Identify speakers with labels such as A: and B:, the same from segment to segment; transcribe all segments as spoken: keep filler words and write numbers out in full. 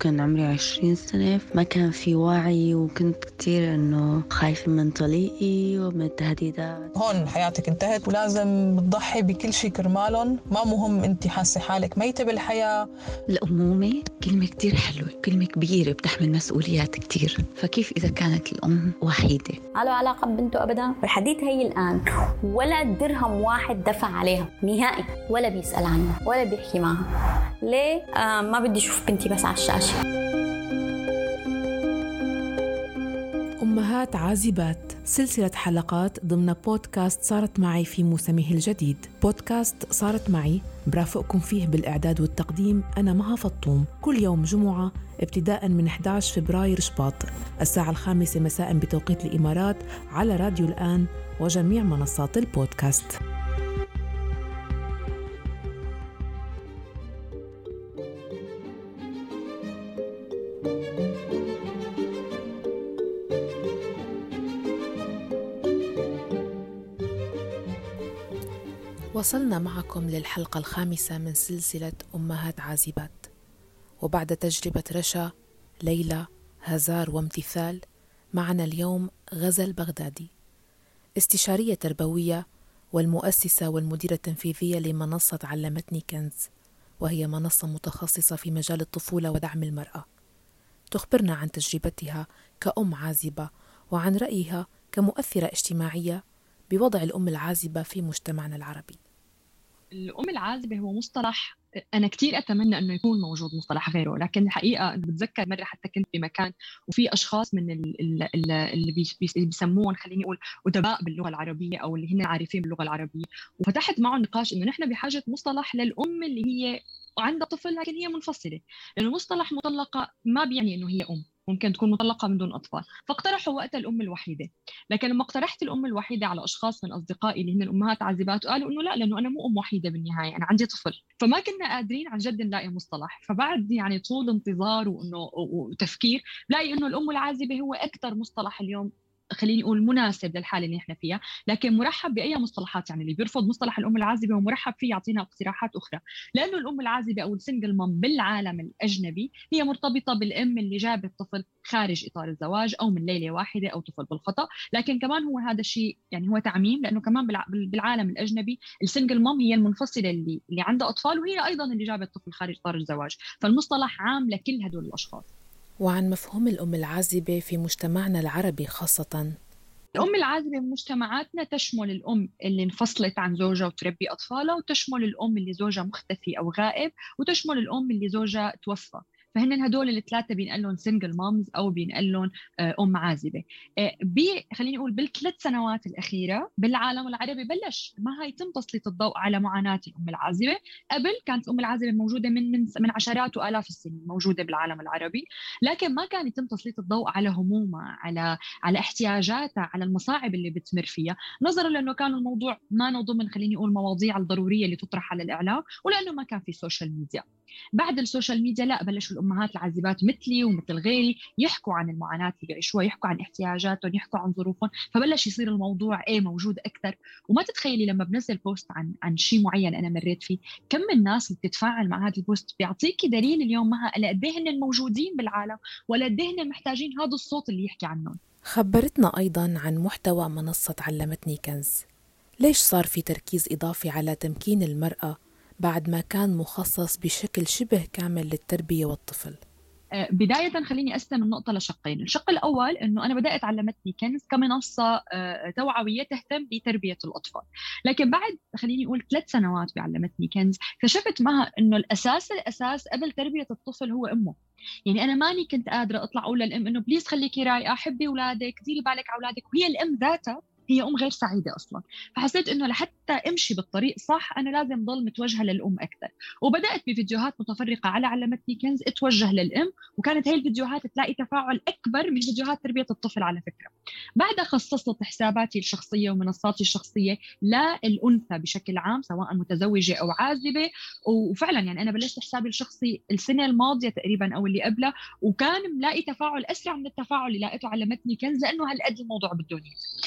A: كان عمري عشرين سنة، ما كان في وعي، وكنت كتير إنه خايفة من طليقي ومن التهديدات.
B: هون حياتك انتهت ولازم تضحي بكل شيء كرمالهم. ما مهم انت حاسة حالك ميتة بالحياة.
A: الأمومة كلمة كتير حلوة، كلمة كبيرة بتحمل مسؤوليات كتير، فكيف إذا كانت الأم وحيدة؟
C: على علاقة ببنته أبدا. والحديث هي الآن ولا درهم واحد دفع عليها نهائي، ولا بيسأل عنها ولا بيحكي معها. ليه؟ آه ما بدي أشوف بنتي بس على الشاشة.
D: أمهات عازبات، سلسلة حلقات ضمن بودكاست صارت معي في موسمه الجديد. بودكاست صارت معي برافقكم فيه بالإعداد والتقديم أنا مها فطوم، كل يوم جمعة ابتداء من أحد عشر فبراير شباط الساعة الخامسة مساء بتوقيت الإمارات على راديو الآن وجميع منصات البودكاست. وصلنا معكم للحلقة الخامسة من سلسلة أمهات عازبات، وبعد تجربة رشا، ليلى، هزار وامتثال، معنا اليوم غزل بغدادي، استشارية تربوية والمؤسسة والمديرة التنفيذية لمنصة علمتني كنز، وهي منصة متخصصة في مجال الطفولة ودعم المرأة. تخبرنا عن تجربتها كأم عازبة وعن رأيها كمؤثرة اجتماعية بوضع الأم العازبة في مجتمعنا العربي.
E: الأم العازبة هو مصطلح أنا كتير أتمنى أنه يكون موجود مصطلح غيره، لكن الحقيقة أنا بتذكر مرة حتى كنت بمكان وفي أشخاص من اللي بيسموهم خليني أقول أدباء باللغة العربية أو اللي هن عارفين باللغة العربية، وفتحت معهم نقاش أنه نحن بحاجة مصطلح للأم اللي هي وعندها طفل لكن هي منفصلة، لأنه مصطلح مطلقة ما بيعني أنه هي أم، ممكن تكون مطلقة من دون أطفال. فاقترحوا وقتها الأم الوحيدة، لكن لما اقترحت الأم الوحيدة على أشخاص من أصدقائي اللي هن الأمهات عازبات قالوا إنه لا، لأنه أنا مو أم وحيدة بالنهاية، أنا عندي طفل. فما كنا قادرين عن جد نلاقي مصطلح، فبعد يعني طول انتظار وإنه وتفكير لاقي إنه الأم العازبة هو أكثر مصطلح اليوم خليني أقول مناسب للحالة اللي إحنا فيها، لكن مرحب بأي مصطلحات. يعني اللي بيرفض مصطلح الأم العازبة ومرحب فيه يعطينا اقتراحات أخرى، لأنه الأم العازبة أو السنجل مام بالعالم الأجنبي هي مرتبطة بالأم اللي جابت طفل خارج إطار الزواج أو من ليلة واحدة أو طفل بالخطأ. لكن كمان هو هذا الشيء يعني هو تعميم، لأنه كمان بالعالم الأجنبي السنجل مام هي المنفصلة اللي اللي عندها أطفال وهي أيضا اللي جابت طفل خارج إطار الزواج، فالمصطلح عام لكل هدول الأشخاص.
D: وعن مفهوم الأم العازبة في مجتمعنا العربي خاصة.
E: الأم العازبة بمجتمعاتنا تشمل الأم اللي انفصلت عن زوجها وتربي أطفالها، وتشمل الأم اللي زوجها مختفي أو غائب، وتشمل الأم اللي زوجها توفى. فهن هدول الثلاثة بينقال لهم سنجل مامز أو بينقال لهم أم عازبة. خليني أقول بالثلاث سنوات الأخيرة بالعالم العربي بلش ما هي يتم تسليط الضوء على معاناة الأم العازبة. قبل كانت الأم العازبة موجودة من من من عشرات وآلاف السنين موجودة بالعالم العربي، لكن ما كان يتم تسليط الضوء على همومها، على على احتياجاتها، على المصاعب اللي بتمر فيها، نظرا لأنه كان الموضوع ما ضمن خليني أقول مواضيع الضرورية اللي تطرح على الإعلام، ولأنه ما كان في سوشيال ميديا. بعد السوشيال ميديا لا، بلشوا الأمهات العازبات مثلي ومثل غيري يحكوا عن المعاناة اللي بيعيشوها، يحكوا عن احتياجاتهم، يحكوا عن ظروفهم، فبلش يصير الموضوع ايه موجود أكثر. وما تتخيلي لما بنزل بوست عن عن شيء معين أنا مريت فيه، كم من الناس اللي بتتفاعل مع هذا البوست بيعطيكي دليل اليوم ما على قد ايه هن موجودين بالعالم ولا قد ايه هن محتاجين هذا الصوت اللي يحكي عنهم.
D: خبرتنا أيضاً عن محتوى منصة علمتني كنز. ليش صار في تركيز إضافي على تمكين المرأة بعد ما كان مخصص بشكل شبه كامل للتربية والطفل؟
E: بداية خليني أقسم النقطة لشقين. الشق الأول أنه أنا بدأت علمتني كنز كمنصة توعوية تهتم بتربية الأطفال، لكن بعد خليني أقول ثلاث سنوات بعلمتني كنز اكتشفت معها أنه الأساس الأساس قبل تربية الطفل هو أمه. يعني أنا ماني كنت قادرة أطلع أقول للأم أنه بليز خليكي رايقة، حبي أولادك، ديري بالك على أولادك، وهي الأم ذاتها هي أم غير سعيدة أصلاً. فحسيت إنه لحتى أمشي بالطريق صح أنا لازم ضل متوجهة للأم أكثر، وبدأت بفيديوهات متفرقة على علمتني كنز اتوجه للأم، وكانت هاي الفيديوهات تلاقي تفاعل أكبر من فيديوهات تربية الطفل على فكرة. بعدها خصصت حساباتي الشخصية ومنصاتي الشخصية للأنثى بشكل عام سواء متزوجة أو عازبة، وفعلاً يعني أنا بلشت حسابي الشخصي السنة الماضية تقريباً أو اللي قبلها، وكان ملاقي تفاعل أسرع من التفاعل اللي لقيته علمتني كنز، لأنه هالقد الموضوع بده نيت. اللي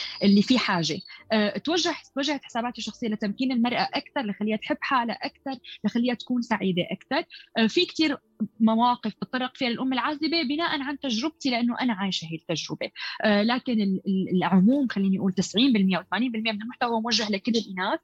E: في حاجه. أه توجه توجهت حساباتي الشخصيه لتمكين المراه اكثر، لخليها تحب حالها اكثر، لخليها تكون سعيده اكثر. أه في كثير مواقف بتطرق فيها الام العازبه بناء عن تجربتي، لانه انا عايشه هي التجربه. أه لكن العموم خليني اقول تسعين بالمئة او ثمانين بالمئة من المحتوى موجه لكل الاناث.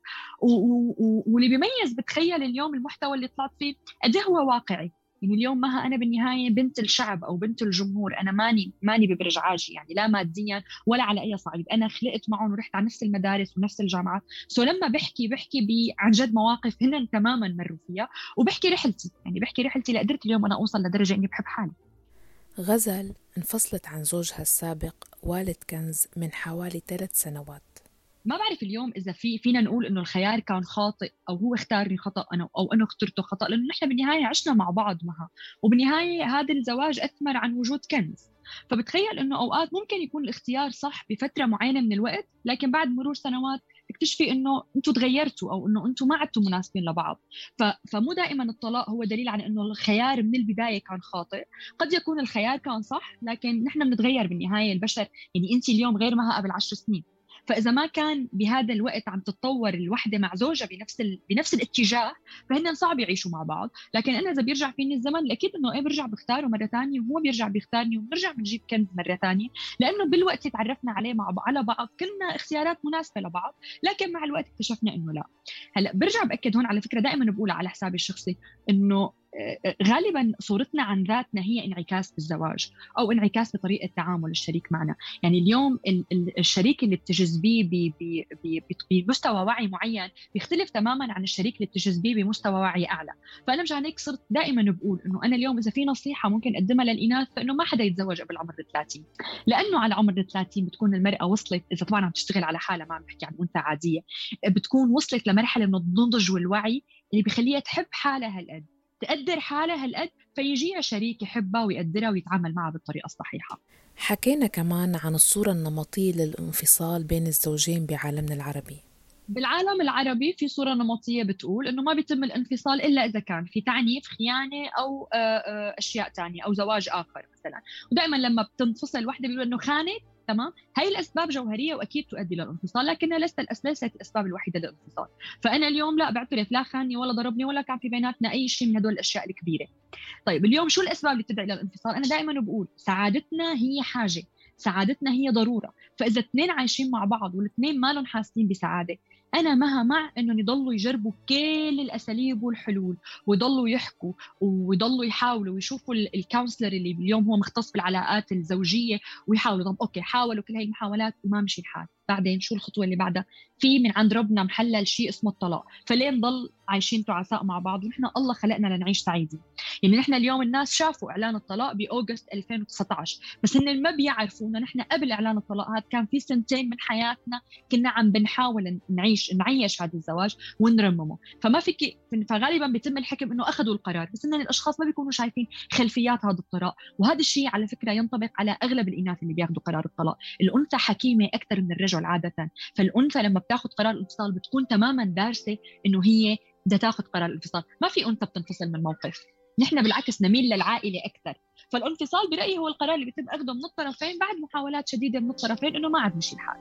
E: واللي بيميز بتخيل اليوم المحتوى اللي طلعت فيه قد هو واقعي. يعني اليوم ما أنا بالنهاية بنت الشعب أو بنت الجمهور، أنا ماني ماني ببرج عاجي، يعني لا ماديا ولا على أي صعيد. أنا خلقت معهم ورحت على نفس المدارس ونفس الجامعات. سو لما بحكي بحكي عن جد مواقف هن تماما مروا فيها، وبحكي رحلتي، يعني بحكي رحلتي لقدرت اليوم أنا أوصل لدرجة إني بحب حالي.
D: غزل انفصلت عن زوجها السابق والد كنز من حوالي ثلاث سنوات.
E: ما بعرف اليوم إذا في فينا نقول إنه الخيار كان خاطئ أو هو اختارني خطأ أنا أو أنا اخترته خطأ، لأنه نحن بالنهاية عشنا مع بعض معها، وبالنهاية هذا الزواج أثمر عن وجود كنز. فبتخيل إنه أوقات ممكن يكون الاختيار صح بفترة معينة من الوقت، لكن بعد مرور سنوات اكتشفي إنه أنتوا تغيرتوا أو إنه أنتوا ما عدتوا مناسبين لبعض. فمو دائما الطلاق هو دليل على إنه الخيار من البداية كان خاطئ. قد يكون الخيار كان صح، لكن نحن بنتغير بالنهاية البشر. يعني أنت اليوم غير ما قبل عشر سنين، فإذا ما كان بهذا الوقت عم تتطور الوحدة مع زوجها بنفس ال... بنفس الاتجاه، فهن صعب يعيشوا مع بعض. لكن أنا إذا بيرجع فيني الزمن أكيد إنه إيه برجع بختاره مرة تانية، وهو بيرجع بيختارني، وبنرجع بنجيب كنز مرة تانية، لأنه بالوقت اللي تعرفنا عليه مع بعض على بعض كنا اختيارات مناسبة لبعض، لكن مع الوقت اكتشفنا إنه لا. هلا برجع بأكد هون على فكرة دائما بقولها على حسابي الشخصي، إنه غالبا صورتنا عن ذاتنا هي انعكاس بالزواج او انعكاس بطريقه تعامل الشريك معنا. يعني اليوم الشريك اللي بتجذبيه بمستوى وعي معين بيختلف تماما عن الشريك اللي بتجذبيه بمستوى وعي اعلى. فانا مشان هيك صرت دائما بقول انه انا اليوم اذا في نصيحه ممكن اقدمها للاناث، فانه ما حدا يتزوج قبل عمر الثلاثين، لانه على عمر الثلاثين بتكون المراه وصلت، اذا طبعا عم تشتغل على حالها ما عم بحكي عن انثى عاديه، بتكون وصلت لمرحله من النضج والوعي اللي بخليها تحب حالها هالقد، تقدر حالها هالقد، فيجيها شريك يحبها ويقدرها ويتعامل معها بالطريقة الصحيحة.
D: حكينا كمان عن الصورة النمطية للانفصال بين الزوجين بعالمنا العربي.
E: بالعالم العربي في صورة نمطية بتقول إنه ما بيتم الانفصال إلا إذا كان في تعنيف، خيانة، أو أشياء تانية، أو زواج آخر مثلا. ودائما لما بتنفصل وحدة بيقولوا إنه خانت، تمام، هاي الأسباب جوهرية وأكيد تؤدي للانفصال، لكنها ليست ليست الأسباب الوحيدة للانفصال. فأنا اليوم لا بعترف لا خاني ولا ضربني ولا كان في بيناتنا أي شيء من هدول الأشياء الكبيرة. طيب اليوم شو الأسباب اللي تدعي للانفصال؟ أنا دائما بقول سعادتنا هي حاجة، سعادتنا هي ضرورة. فإذا اثنين عايشين مع بعض والاثنين ما لهم حاسين بسعادة، أنا مها مع إنه يضلوا يجربوا كل الأساليب والحلول، ويضلوا يحكوا ويضلوا يحاولوا ويشوفوا الكونسلر اللي اليوم هو مختص بالعلاقات الزوجية، ويحاولوا. طب أوكي حاولوا كل هاي المحاولات وما مشي الحال، بعدين شو الخطوة اللي بعدها؟ في من عند ربنا محلل شيء اسمه الطلاق، فليه نضل عايشين تعساء مع بعض ونحن الله خلقنا لنعيش سعيدين؟ يعني نحن اليوم الناس شافوا إعلان الطلاق بأوغست ألفين وتسعة عشر، بس هن ما بيعرفوا إنه نحن قبل إعلان الطلاق هذا كان في سنتين من حياتنا كنا عم بنحاول نعيش نعيش هذا الزواج ونرممه. فما فيك، فغالبا بيتم الحكم إنه أخذوا القرار، بس إن الأشخاص ما بيكونوا شايفين خلفيات هذا الطلاق. وهذا الشيء على فكرة ينطبق على أغلب الإناث اللي بياخذوا قرار الطلاق. الأنثى حكيمة أكثر من الرجل عادة، فالأنثى لما بتاخذ قرار الانفصال بتكون تماما دارسة إنه هي بدها تاخذ قرار الانفصال. ما في أنثى بتنفصل من موقف، نحن بالعكس نميل للعائلة أكثر. فالانفصال برأيي هو القرار اللي بيتم أخذه من الطرفين بعد محاولات شديدة من الطرفين إنه ما عاد مشي الحال.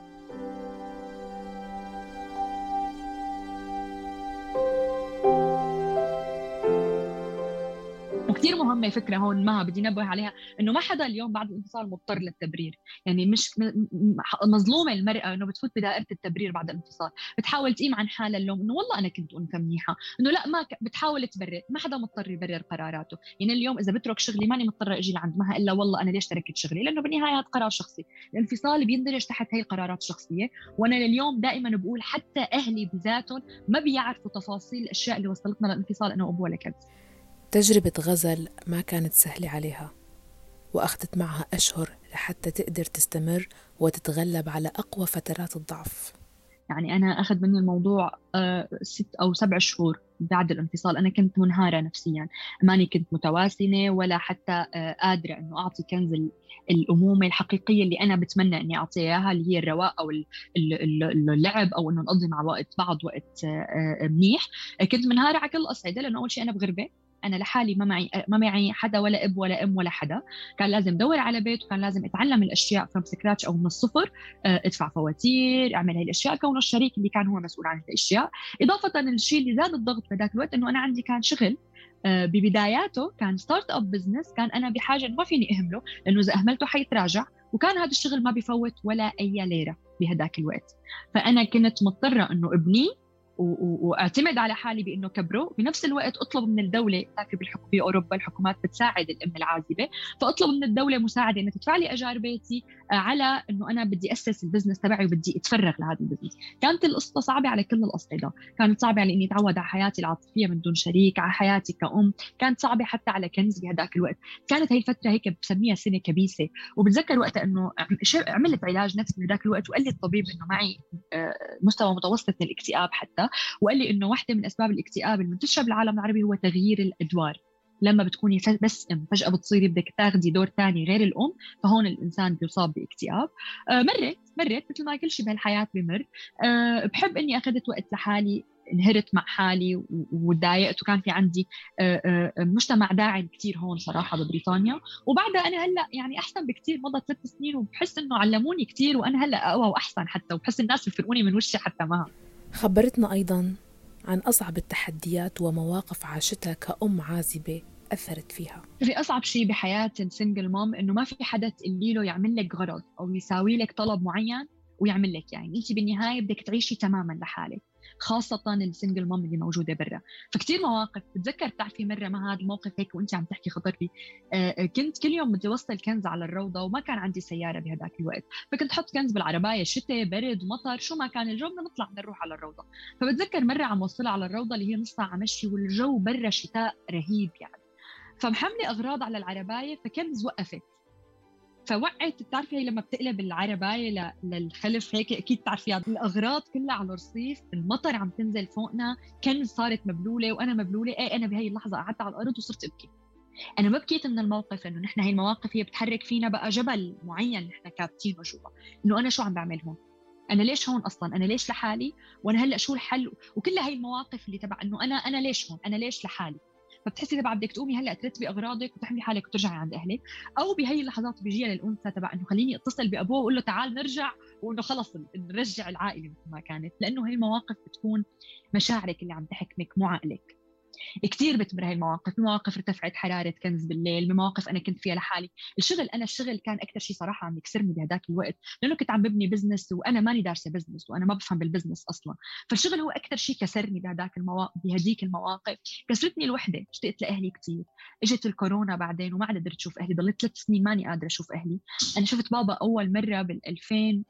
E: وكثير مهمة فكرة هون ما بدي نبه عليها، إنه ما حدا اليوم بعد الانفصال مضطر للتبرير. يعني مش مظلومة المرأة إنه بتفوت بدائرة التبرير بعد الانفصال، بتحاول تقيم عن حالها اللوم إنه والله أنا كنت أنثى منيحة، إنه لا ما ك... بتحاول تبرر. ما حدا مضطر يبرر قراراته. يعني اليوم إذا بترك شغلي ماني مضطرة أجي لعند مها إلا والله أنا ليش تركت شغلي، لأنه بالنهاية هذا قرار شخصي. الانفصال بيندرج تحت هاي القرارات الشخصية. وأنا اليوم دائما بقول حتى أهلي بذاتهم ما بيعرفوا تفاصيل الأشياء اللي وصلتنا للانفصال أنا وأبوها لكنز.
D: تجربة غزل ما كانت سهلة عليها، وأخذت معها أشهر لحتى تقدر تستمر وتتغلب على أقوى فترات الضعف.
E: يعني أنا أخذ مني الموضوع ست أو سبع شهور بعد الانفصال. أنا كنت منهارة نفسياً، ماني كنت متوازنة ولا حتى قادرة إنه أعطي كنز الأمومة الحقيقية اللي أنا بتمنى إني أعطيها إياها، اللي هي الرواء أو اللعب أو إنه نقضي مع وقت بعض وقت منيح. كنت منهارة على كل أصعدة، لأنه أول شيء أنا بغربة، أنا لحالي، ما معي ما معي حدا ولا أب ولا أم ولا حدا. كان لازم دور على بيت، وكان لازم أتعلم الأشياء from scratch أو من الصفر. ادفع فواتير، أعمل هاي الأشياء، كون الشريك اللي كان هو مسؤول عن الأشياء. إضافة للشيء اللي زاد الضغط في ذاك الوقت إنه أنا عندي كان شغل ببداياته، كان ستارت اب بزنس، كان انا بحاجه ما فيني اهمله، لانه اذا اهملته حيتراجع، وكان هذا الشغل ما بيفوت ولا اي ليره بهداك الوقت. فانا كنت مضطره انه ابني واعتمد على حالي بانه كبره، بنفس الوقت اطلب من الدوله، تعرفي بالحكم باوروبا الحكومات بتساعد الام العازبه، فاطلب من الدوله مساعده انها تدفع لي اجار بيتي على انه انا بدي اسس البزنس تبعي وبدي اتفرغ لهذا البزنس. كانت القصه صعبه على كل الاصعده، كانت صعبه على اني اتعود على حياتي العاطفيه من دون شريك، على حياتي كأم، كانت صعبه حتى على كنز بهداك الوقت. كانت هي الفتره هيك بسميها سنه كبيسه. وبتذكر وقتها انه عملت علاج نفسي بهداك الوقت، وقال لي الطبيب انه معي مستوى متوسط من الاكتئاب حتى، وقال لي انه واحده من اسباب الاكتئاب المنتشره بالعالم العربي هو تغيير الادوار. لما بتكوني بس ام فجاه بتصيري بدك تاخذي دور ثاني غير الام، فهون الانسان بيصاب باكتئاب. آه مرت مرت مثل ما كل شيء بهالحياه بمر. آه بحب اني اخذت وقت لحالي، انهرت مع حالي وتضايقت، وكان في عندي آه آه مجتمع داعم كثير هون صراحه ببريطانيا. وبعدها انا هلا يعني احسن بكثير، مضت ثلاث سنين وبحس انه علموني كثير، وانا هلا اقوى واحسن حتى، وبحس الناس بيفرقوني من وشي حتى معها.
D: خبرتنا أيضاً عن أصعب التحديات ومواقف عاشتها كأم عازبة أثرت فيها.
E: في أصعب شيء بحياة السنجل مام إنه ما في حدا تقولي له يعمل لك غرض أو يساوي لك طلب معين ويعمل لك، يعني أنت بالنهاية بدك تعيشي تماماً لحالك، خاصة السنجل مام اللي موجودة برا. فكتير مواقف بتذكر، تعرفي مرة ما هذا الموقف هيك وأنت عم تحكي خطر لي. آه كنت كل يوم بدي وصل كنز على الروضة، وما كان عندي سيارة بهداك الوقت، فكنت حط كنز بالعرباية، شتاء برد مطر شو ما كان الجو بدنا نطلع بدنا نروح على الروضة. فبتذكر مرة عم وصلها على الروضة اللي هي نص ساعة مشي، والجو برا شتاء رهيب يعني، فمحملة أغراض على العرباية، فكنز وقفت، فوقعت. بتعرفي هي لما بتقلب العرباية للخلف هيك، أكيد تعرفي الأغراض كلها على الرصيف، المطر عم تنزل فوقنا، كنز صارت مبلولة وأنا مبلولة. إيه أنا بهي اللحظة قعدت على الأرض وصرت أبكي. أنا ما بكيت من الموقف، إنه نحن هي المواقف هي بتحرك فينا بقى جبل معين نحن كابتينه جوا، إنه أنا شو عم بعمل هون، أنا ليش هون أصلاً، أنا ليش لحالي، وأنا هلأ شو الحل، وكل هاي المواقف اللي تبع إنه أنا أنا ليش هون، أنا ليش لحالي. فبتحسي تبع بدك تقومي هلا ترتبي اغراضك وتحملي حالك وترجعي عند اهلك، او بهي اللحظات بيجيها للانثى تبع انه خليني اتصل بابوه واقول له تعال نرجع، وانه خلص نرجع العائله مثل ما كانت، لانه هي المواقف بتكون مشاعرك اللي عم تحكمك مو عقلك. كثير بتمر هاي المواقف، بمواقف ارتفعت حراره كنز بالليل، بمواقف انا كنت فيها لحالي. الشغل، انا الشغل كان اكثر شيء صراحه عم يكسرني بهداك الوقت، لانه كنت عم ببني بزنس وانا ماني دارسه بزنس، وانا ما بفهم بالبزنس اصلا. فالشغل هو اكثر شيء كسرني بهداك المواقف، بهديك المواقف كسرتني الوحده، اشتقت لاهلي كثير. اجت الكورونا بعدين وما عاد قدرت اشوف اهلي، ضليت ثلاث سنين ماني قادره اشوف اهلي. انا شفت بابا اول مره بال ألفين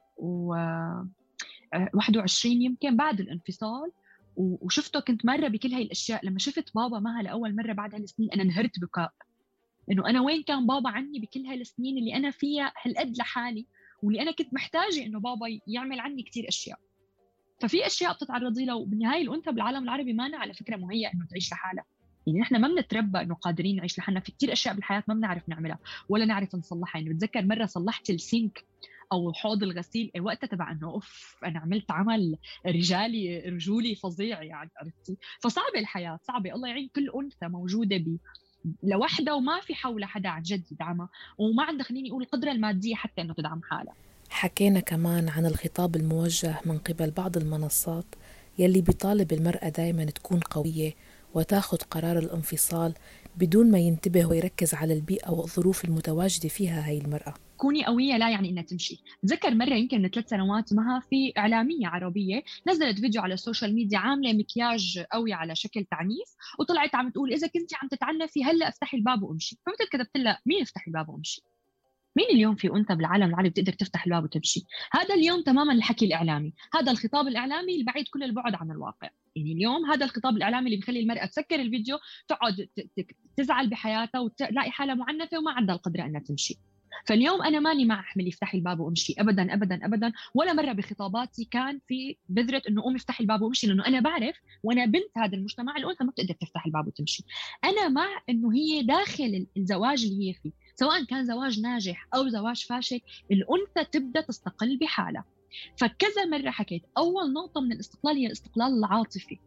E: وواحد وعشرين يمكن بعد الانفصال، وشفته كنت مرة بكل هاي الأشياء. لما شفت بابا معها لأول مرة بعد هالسنين أنا انهرت بكاء، إنه أنا وين كان بابا عني بكل هالسنين اللي أنا فيها هالقد لحالي، واللي أنا كنت محتاجة إنه بابا يعمل عني كتير أشياء. ففي أشياء بتتعرضي لها، وبالنهاية الأنثى بالعالم العربي ما على فكرة مهيئة إنه تعيش لحالها. يعني نحن ما بنتربى إنه قادرين نعيش لحالنا، في كتير أشياء بالحياة ما بنعرف نعملها ولا نعرف نصلحها. يعني بتذكر مرة صلحت السينك او حوض الغسيل وقتها تبع انه اوف انا عملت عمل رجالي رجولي فظيع يعني، عرفتي. فصعبه الحياه، صعبه. الله يعين كل انثى موجوده ب لوحدها وما في حولها حدا عن جد يدعمها، وما عندها خليني اقول القدره الماديه حتى انه تدعم حالها.
D: حكينا كمان عن الخطاب الموجه من قبل بعض المنصات يلي بيطالب المرأة دايما تكون قوية وتاخذ قرار الانفصال بدون ما ينتبه ويركز على البيئة والظروف المتواجدة فيها هاي المرأة.
E: كوني قوية لا يعني إنها تمشي. تذكر مرة يمكن من ثلاث سنوات معها في إعلامية عربية نزلت فيديو على السوشيال ميديا عاملة مكياج قوي على شكل تعنيف، وطلعت عم تقول إذا كنتي عم تتعنفي هلأ افتحي الباب وامشي. فمثل كتبت لها مين افتحي الباب وامشي؟ مين اليوم في أنثى بالعالم العربي بتقدر تفتح الباب وتمشي؟ هذا اليوم تماما الحكي الإعلامي، هذا الخطاب الإعلامي البعيد كل البعد عن الواقع. يعني اليوم هذا الخطاب الإعلامي اللي بيخلي المرأة تسكر الفيديو، تقعد تزعل بحياتها وتلاقي حالها معنفة وما عندها القدرة أنها تمشي. فاليوم أنا ماني مع أحمل يفتحي الباب وامشي أبدا أبدا أبدا، ولا مرة بخطاباتي كان في بذرة إنه قومي افتحي الباب وامشي، لأنه أنا بعرف وأنا بنت هذا المجتمع الأنثى ما بتقدر تفتح الباب وتمشي. أنا مع إنه هي داخل الزواج اللي هي فيه، سواء كان زواج ناجح أو زواج فاشل، الأنثى تبدأ تستقل بحالها. فكذا مرة حكيت أول نقطة من الاستقلال هي الاستقلال العاطفي،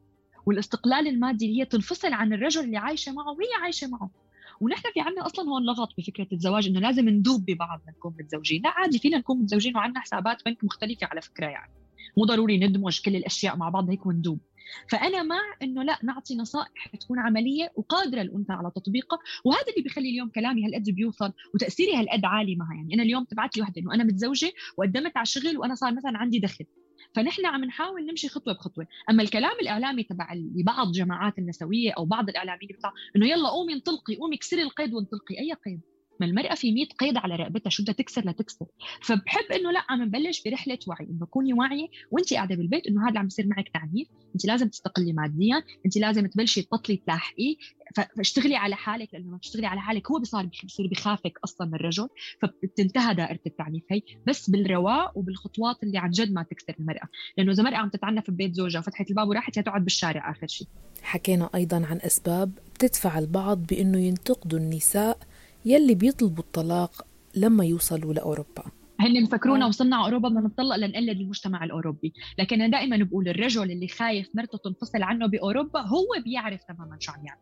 E: والاستقلال المادي اللي هي تنفصل عن الرجل اللي عايشه معه وهي عايشه معه. ونحن في عنا اصلا هون لغط بفكره الزواج انه لازم ندوب ببعض لنكون متزوجين. لا عادي فينا نكون متزوجين وعندنا حسابات بنك مختلفه على فكره، يعني مو ضروري ندمج كل الاشياء مع بعض هيك وندوب. فانا مع انه لا نعطي نصائح تكون عمليه وقادره الانثى على تطبيقها، وهذا اللي بيخلي اليوم كلامي هالقد بيوصل وتاثيري هالقد عالي معها. يعني انا اليوم تبعت لي وحده انه انا متزوجه وقدمت على الشغل وانا صار مثلا عندي دخل، فنحن عم نحاول نمشي خطوه بخطوه. اما الكلام الاعلامي تبع لبعض جماعات النسويه او بعض الاعلاميين بتاع انه يلا قومي انطلقي، قومي كسري القيد وانطلقي، اي قيد؟ ما المرأة في مية قيد على رقبتها، شو بدها تكسر لتكسر. فبحب انه لا عم نبلش برحله وعي، انه كوني واعيه وانت قاعده بالبيت انه هذا اللي عم يصير معك تعنيف، انت لازم تستقلي ماديا، انت لازم تبلشي تبطلي تلاحقي، فاشتغلي على حالك، لانه ما تشتغلي على حالك هو بصير بصير بخافك اصلا من الرجل، فبتنتهى دائره التعنيف هي. بس بالرواق وبالخطوات اللي عن جد ما تكسر المرأة، لانه اذا مرأة عم تتعنف ببيت زوجها وفتحت الباب وراحت هي تقعد بالشارع اخر شيء.
D: حكينا ايضا عن اسباب بتدفع البعض بانه ينتقدوا النساء يلي بيطلبوا الطلاق لما يوصلوا لأوروبا.
E: هن مفكرونا وصلنا على أوروبا بدنا نطلق لنقلد المجتمع الأوروبي، لكن أنا دائما بقول الرجل اللي خايف مرته تنفصل عنه بأوروبا هو بيعرف تماما شو عم يعمل.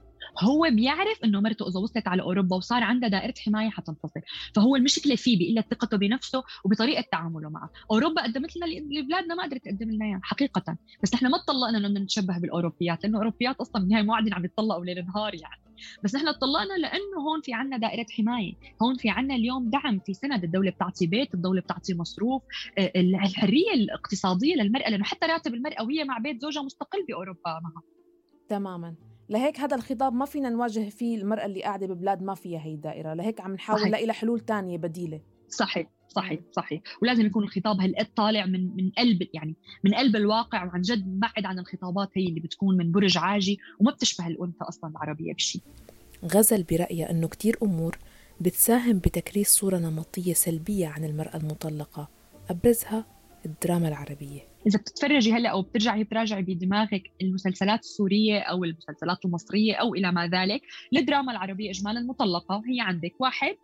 E: هو بيعرف انه مرته اذا وصلت على اوروبا وصار عندها دائره حمايه حتنفصل، فهو المشكله فيه بقله ثقته بنفسه وبطريقه تعامله معه. اوروبا قدمت لنا اللي بلادنا ما قدرت تقدم لنا اياه حقيقه، بس نحن ما تطلقنا لانه نتشبه بالاوروبيات، لانه الاوروبيات اصلا بالنهايه مو قاعدين عم يتطلقوا ليل نهار يعني، بس نحن تطلقنا لانه هون في عنا دائره حمايه، هون في عنا اليوم دعم، في سند، الدوله بتعطي بيت، الدوله بتعطي مصروف، الحريه الاقتصاديه للمراه، لانه حتى راتب المراه وهي مع بيت زوجها مستقل باوروبا معها.
F: تماما. لهيك هذا الخطاب ما فينا نواجه فيه المرأة اللي قاعدة ببلاد ما فيها هي الدائرة، لهيك عم نحاول نلاقي لها حلول تانية بديلة.
E: صحيح صحيح صحيح. ولازم يكون الخطاب هالقد طالع من من قلب، يعني من قلب الواقع، وعن جد بعد عن الخطابات هي اللي بتكون من برج عاجي وما بتشبه الأنثى أصلا العربية بشيء.
D: غزل برأيها أنه كتير أمور بتساهم بتكريس صورة نمطية سلبية عن المرأة المطلقة، أبرزها الدراما العربية.
E: إذا بتتفرجي هلأ أو بترجعي بتراجعي بدماغك المسلسلات السورية أو المسلسلات المصرية أو إلى ما ذلك، الدراما العربية إجمالا مطلقة، هي عندك واحد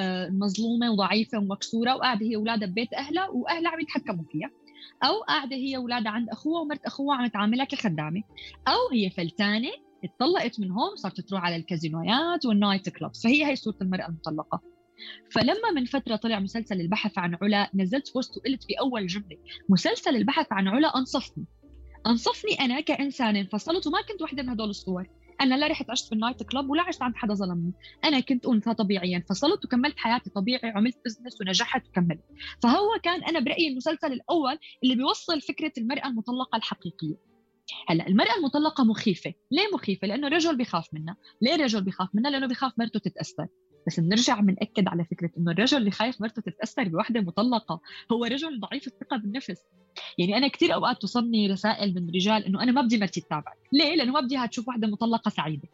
E: مظلومة وضعيفة ومكسورة وقاعدة هي أولادها ببيت أهلها وأهلها عم يتحكموا فيها، أو قاعدة هي أولادها عند أخوها ومرت أخوها عم تعاملها كخدامة، أو هي فلتانة اتطلقت من هون صارت تروح على الكازينويات والنايت كلوبس، فهي هي صورة المرأة المطلقة. فلما من فترة طلع مسلسل البحث عن علا نزلت بوست وقلت في أول جملة مسلسل البحث عن علا أنصفني أنصفني أنا كإنسان انفصلت وما كنت واحدة من هدول الصور. أنا لا رحت عشت في النايت كلوب ولا عشت عند حدا ظلمني، أنا كنت أنثى طبيعية انفصلت وكملت حياتي طبيعي، عملت بزنس ونجحت وكملت. فهو كان أنا برأيي المسلسل الأول اللي بيوصل فكرة المرأة المطلقة الحقيقية. هلا المرأة المطلقة مخيفة، ليه مخيفة؟ لأنه الرجل بيخاف منها. ليه الرجل بيخاف منها؟ لأنه بيخاف مرته تتأثر. بس بنرجع بنأكد على فكرة إنه الرجل اللي خايف مرته تتأثر بوحدة مطلقة هو رجل ضعيف الثقة بالنفس. يعني أنا كتير أوقات توصلني رسائل من رجال إنه أنا ما بدي مرتي تتابعك، ليه؟ لأنه ما بديها تشوف واحدة مطلقة سعيدة.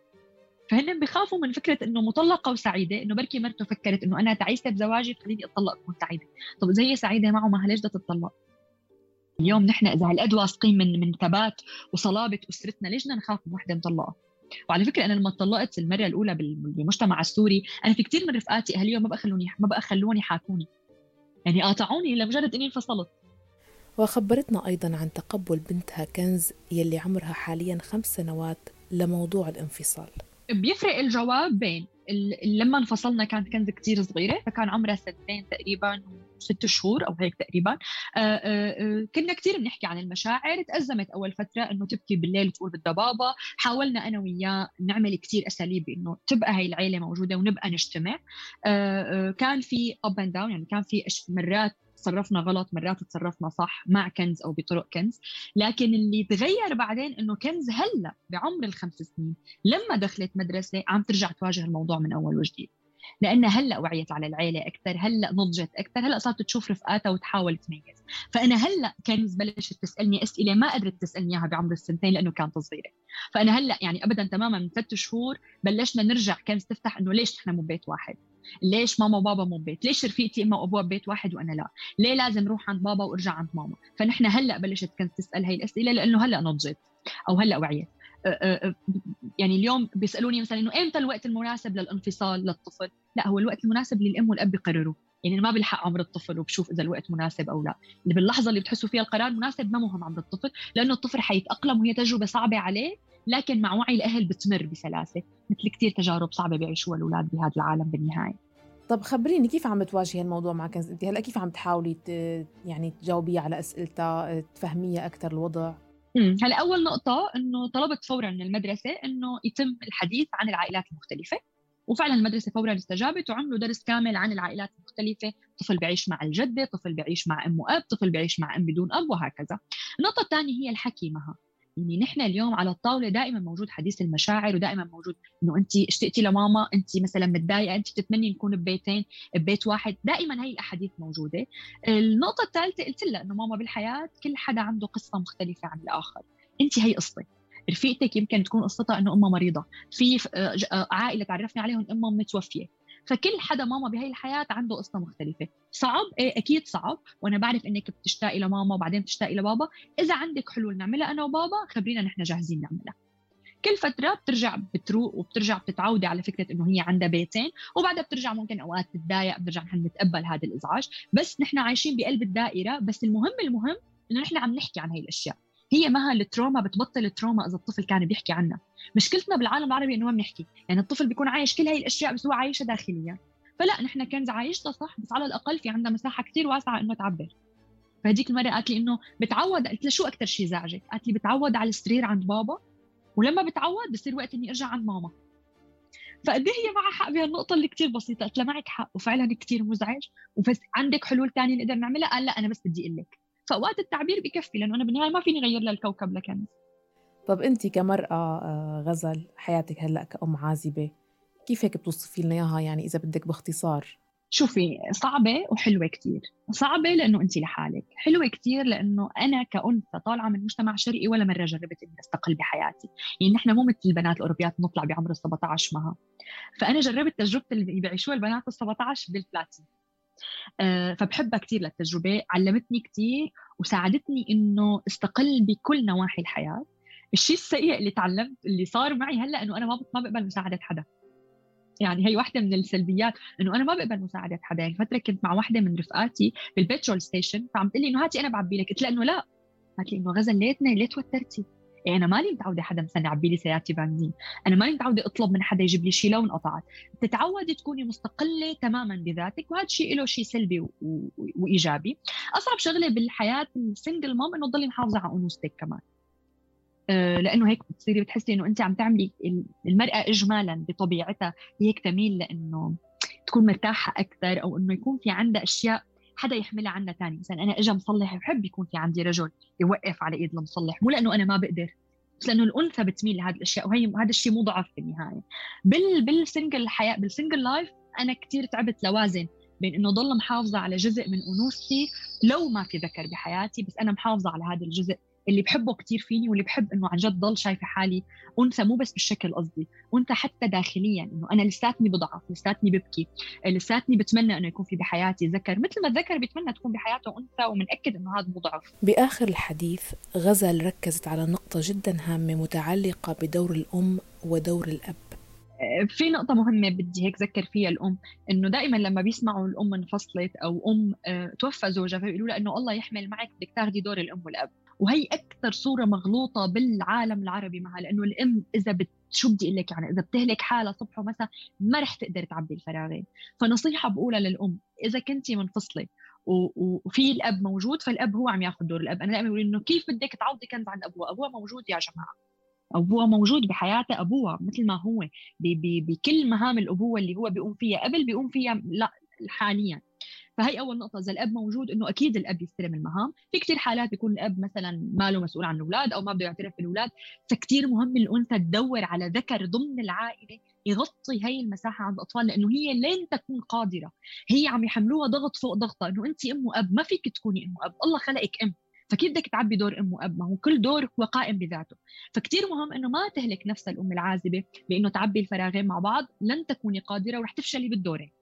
E: فهن بيخافوا من فكرة إنه مطلقة وسعيدة، إنه بركي مرته فكرت إنه أنا تعيسة بزواجي تخليني أتطلق أكون سعيدة. طب إذا هي سعيدة معه ما ليش بدها تتطلق؟ اليوم نحن إذا هالقد واثقين من من ثبات وصلابة أسرتنا ليش بدنا نخاف من وحدة مطلقة؟ وعلى فكرة أنا لما طلقت المرة الأولى بالمجتمع السوري أنا في كتير من رفقاتي أهليهم ما بقى خلوني ما بقى خلوني حاكوني، يعني قاطعوني لمجرد إني انفصلت.
D: وخبرتنا أيضا عن تقبل بنتها كنز يلي عمرها حاليا خمس سنوات لموضوع الانفصال.
E: بيفرق الجواب بين لما انفصلنا كانت كنز كتير صغيرة، فكان عمرها سنتين تقريباً ست شهور أو هيك تقريباً. آآ آآ كنا كتير بنحكي عن المشاعر، تأزمت أول فترة إنه تبكي بالليل وتقول بدها بابا، حاولنا أنا وياه نعمل كتير أساليب إنه تبقى هاي العيلة موجودة ونبقى نجتمع. آآ كان في up and down، يعني كان في مرات تصرفنا غلط مرات تصرفنا صح مع كنز أو بطرق كنز، لكن اللي تغير بعدين إنه كنز هلأ بعمر الخمس سنين لما دخلت مدرسة عم ترجع تواجه الموضوع من أول وجديد، لأن هلأ وعيت على العيلة أكثر، هلأ نضجت أكثر، هلأ صارت تشوف رفقاتها وتحاول تميز. فأنا هلأ كنز بلشت تسألني أسئلة ما قدرت تسألني إياها بعمر السنتين لأنه كانت صغيرة. فأنا هلأ يعني أبدا تماما من ثلاث شهور بلشنا نرجع كنز تفتح إنه ليش نحن مو ببيت واحد؟ ليش ماما وبابا مو ببيت؟ ليش رفيقتي اما وابوها ببيت واحد وانا لا؟ ليه لازم اروح عند بابا وارجع عند ماما؟ فنحن هلا بلشت كنت تسال هاي الاسئله لانه هلا نضجت او هلا وعيت. يعني اليوم بيسالوني مثلا انه امتى الوقت المناسب للانفصال للطفل؟ لا، هو الوقت المناسب اللي الام والاب بيقرروا. يعني ما بلحق عمر الطفل وبشوف إذا الوقت مناسب أو لا. اللي باللحظة اللي بتحسوا فيها القرار مناسب ما مهم عمر الطفل، لأنه الطفل حيتأقلم وهي تجربة صعبة عليه، لكن مع وعي الأهل بتمر بسلاسة، مثل كتير تجارب صعبة بيعيشوها الأولاد بهذا العالم بالنهاية.
F: طب خبريني كيف عم تواجهي الموضوع مع كنز؟ انت هلا كيف عم تحاولي ت... يعني تجاوبيه على اسئلتها، تفهميها اكثر الوضع؟
E: امم هلا اول نقطه انه طلبت فورا من المدرسه انه يتم الحديث عن العائلات المختلفه، وفعلا المدرسه فورا استجابت وعملوا درس كامل عن العائلات المختلفه. طفل بيعيش مع الجده، طفل بيعيش مع ام واب، طفل بيعيش مع ام بدون اب، وهكذا. النقطه الثانيه هي الحكي معها. يعني نحن اليوم على الطاوله دائما موجود حديث المشاعر، ودائما موجود انه انت اشتقتي لماما، انت مثلا متضايقه، انت بتتمني نكون ببيتين ببيت واحد، دائما هي الاحاديث موجوده. النقطه الثالثه قلت لها انه ماما بالحياه كل حدا عنده قصه مختلفه عن الاخر، انت هي قصه رفيقتك يمكن تكون قصتها انه امها مريضه، في عائله تعرفني عليهم امهم متوفيه، فكل حدا ماما بهي الحياه عنده قصه مختلفه. صعب؟ ايه اكيد صعب، وانا بعرف انك بتشتاقي لماما وبعدين بتشتاقي لبابا. اذا عندك حلول نعملها انا وبابا خبرينا، نحن جاهزين نعملها. كل فتره بترجع بتروق وبترجع بتتعودي على فكره انه هي عندها بيتين، وبعدها بترجع ممكن اوقات تتضايق، بنرجع نحن نتقبل هذا الازعاج، بس نحن عايشين بقلب الدائره. بس المهم المهم انه نحن عم نحكي عن هي الاشياء. هي مها التروما بتبطل التروما اذا الطفل كان بيحكي عنها. مشكلتنا بالعالم العربي انه ما بنحكي، يعني الطفل بيكون عايش كل هاي الاشياء بس هو عايشها داخليا. فلا نحن كنز عايشتها صح، بس على الاقل في عندها مساحه كثير واسعه انه تعبر. فهديك المره قالت لي انه بتعود، قلت لها شو اكثر شيء زعجك؟ قالت لي بتعود على السرير عند بابا، ولما بتعود بصير وقت اني ارجع عند ماما. فقد هي معها حق بهالنقطه اللي كثير بسيطه. قلت لها معك حق وفعلا كثير مزعج، وبس عندك حلول ثانيه نقدر نعملها؟ قال لا انا بس بدي اقول لك. فوقت التعبير بكفي، لانه انا بالنهايه ما فيني غير للكوكب لكنز.
F: طب انت كمرأة غزل، حياتك هلا كأم عازبة كيف هيك بتوصفي لنا اياها يعني اذا بدك باختصار؟
E: شوفي، صعبة وحلوة كتير. صعبة لأنه أنت لحالك، حلوة كتير لأنه أنا كأنثى طالعة من مجتمع شرقي ولا مرة جربت إني أستقل بحياتي. يعني نحن مو مثل البنات الأوروبيات نطلع بعمر السبعة عشر معها، فأنا جربت تجربة اللي بيعيشوها البنات السبعة عشر بالبلاتين. أه فبحبها كتير للتجربة، علمتني كتير وساعدتني إنه استقل بكل نواحي الحياة. الشيء السيء اللي تعلمت اللي صار معي هلأ إنه أنا ما ما بقبل مساعدة حدا. يعني هي واحدة من السلبيات إنه أنا ما بقبل مساعدة حدا. يعني فترة كنت مع واحدة من رفقاتي بالبترول ستيشن، فعم تقول لي إنه هاتي أنا بعبي لك. قلت لها إنه لا. قالت لي إنه غزل ليتنا ليه توترتي؟ يعني أنا مالي متعودة حدا مثلا يعبي لي سيارتي بنزين، أنا مالي متعودة أطلب من حدا يجيب لي شيء لو انقطعت. تتعودي تكوني مستقلة تماما بذاتك، وهذا الشيء له شيء سلبي و... و... وإيجابي. أصعب شغلة بالحياة السنجل مام إنه تضلي محافظة على أنوثتك كمان، لأنه هيك بتصيري بتحسي إنه أنت عم تعملي المرأة إجمالاً بطبيعتها هيك تميل لأنه تكون مرتاحة أكثر، أو إنه يكون في عندها أشياء حدا يحملها عنا تاني. مثلاً أنا إجا مصلح بحب يكون في عندي رجل يوقف على إيد المصلح، مو لأنه أنا ما بقدر، بس لأنه الأنثى بتميل لهذه الأشياء، وهي هذا الشيء مو ضعف بالنهاية. بال بالسنجل الحياة بالسنجل لايف أنا كتير تعبت لوازن بين إنه ضل محافظة على جزء من أنوثتي لو ما في ذكر بحياتي، بس أنا محافظة على هذا الجزء اللي بحبه كتير فيني، واللي بحب إنه عن جد ضل شايفة حالي أنثى، مو بس بالشكل قصدي، أنثى حتى داخليا، إنه أنا لساتني بضعف، لساتني ببكي، لساتني بتمنى إنه يكون في بحياتي ذكر مثل ما الذكر بيتمنى تكون بحياته أنثى، ومنأكد إنه هذا مو ضعف.
D: بآخر الحديث غزل ركزت على نقطة جدا هامة متعلقة بدور الأم ودور الأب.
E: في نقطة مهمة بدي هيك ذكر فيها الأم، إنه دائما لما بيسمعوا الأم انفصلت أو أم توفى زوجها فبيقولوا لها إنه الله يحمل معك، بدك تاخدي دور الأم والأب. وهي أكثر صورة مغلوطة بالعالم العربي معها، لأنه الأم إذا بت شو بدي أقول لك يعني إذا بتهلك حالها صبح ومساء ما رح تقدر تعبي الفراغين. فنصيحة بقولها للأم، إذا كنتي منفصلة وفي الأب موجود فالأب هو عم ياخذ دور الأب. أنا دائما بقول إنه كيف بدك تعوضي كنز عن أبوها؟ أبوها موجود يا جماعة، أبوها موجود بحياته، أبوها مثل ما هو بكل مهام الأبوة اللي هو بيقوم فيها قبل بيقوم فيها لا حاليا. فهي أول نقطة، إذا الأب موجود إنه أكيد الأب يستلم المهام. في كتير حالات يكون الأب مثلا ماله مسؤول عن الأولاد أو ما بده يعترف بالأولاد، فكتير مهم الأنثى تدور على ذكر ضمن العائلة يغطي هاي المساحة عند الأطفال، لأنه هي لين تكون قادرة، هي عم يحملوها ضغط فوق ضغطة إنه أنت أم وأب، ما فيك تكوني أم وأب، الله خلقك أم، فكيف بدك تعبي دور أم وأب؟ ما هو كل دور هو قائم بذاته. فكتير مهم إنه ما تهلك نفس الأم العازبة بإنه تعبي الفراغين مع بعض، لن تكوني قادرة ورح تفشلي بالدورين.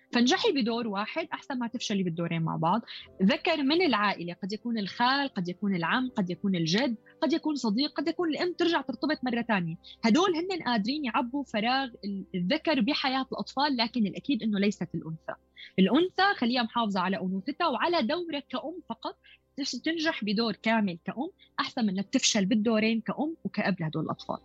E: فنجحي بدور واحد أحسن ما تفشلي بالدورين مع بعض. ذكر من العائلة، قد يكون الخال، قد يكون العم، قد يكون الجد، قد يكون صديق، قد يكون الأم ترجع ترتبط مرة تانية. هدول هن قادرين يعبوا فراغ الذكر بحياة الأطفال، لكن الأكيد أنه ليست الأنثى. الأنثى خليها محافظة على أنوثتها وعلى دورها كأم فقط، تنجح بدور كامل كأم أحسن من أنك تفشل بالدورين كأم وكأب لهدول الأطفال.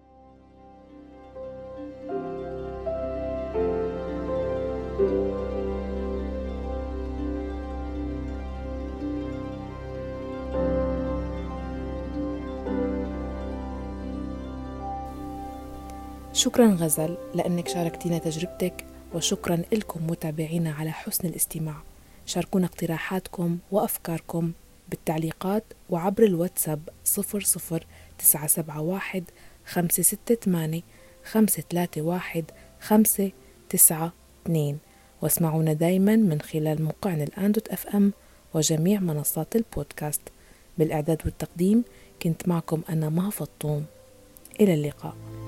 D: شكراً غزل لأنك شاركتينا تجربتك، وشكراً لكم متابعينا على حسن الاستماع. شاركونا اقتراحاتكم وأفكاركم بالتعليقات وعبر الواتساب صفر صفر تسعة سبعة واحد خمسة ستة ثمانية خمسة ثلاثة واحد خمسة تسعة اثنين، واسمعونا دايماً من خلال موقعنا الآن دوت أف أم وجميع منصات البودكاست. بالإعداد والتقديم كنت معكم أنا مها فطوم، إلى اللقاء.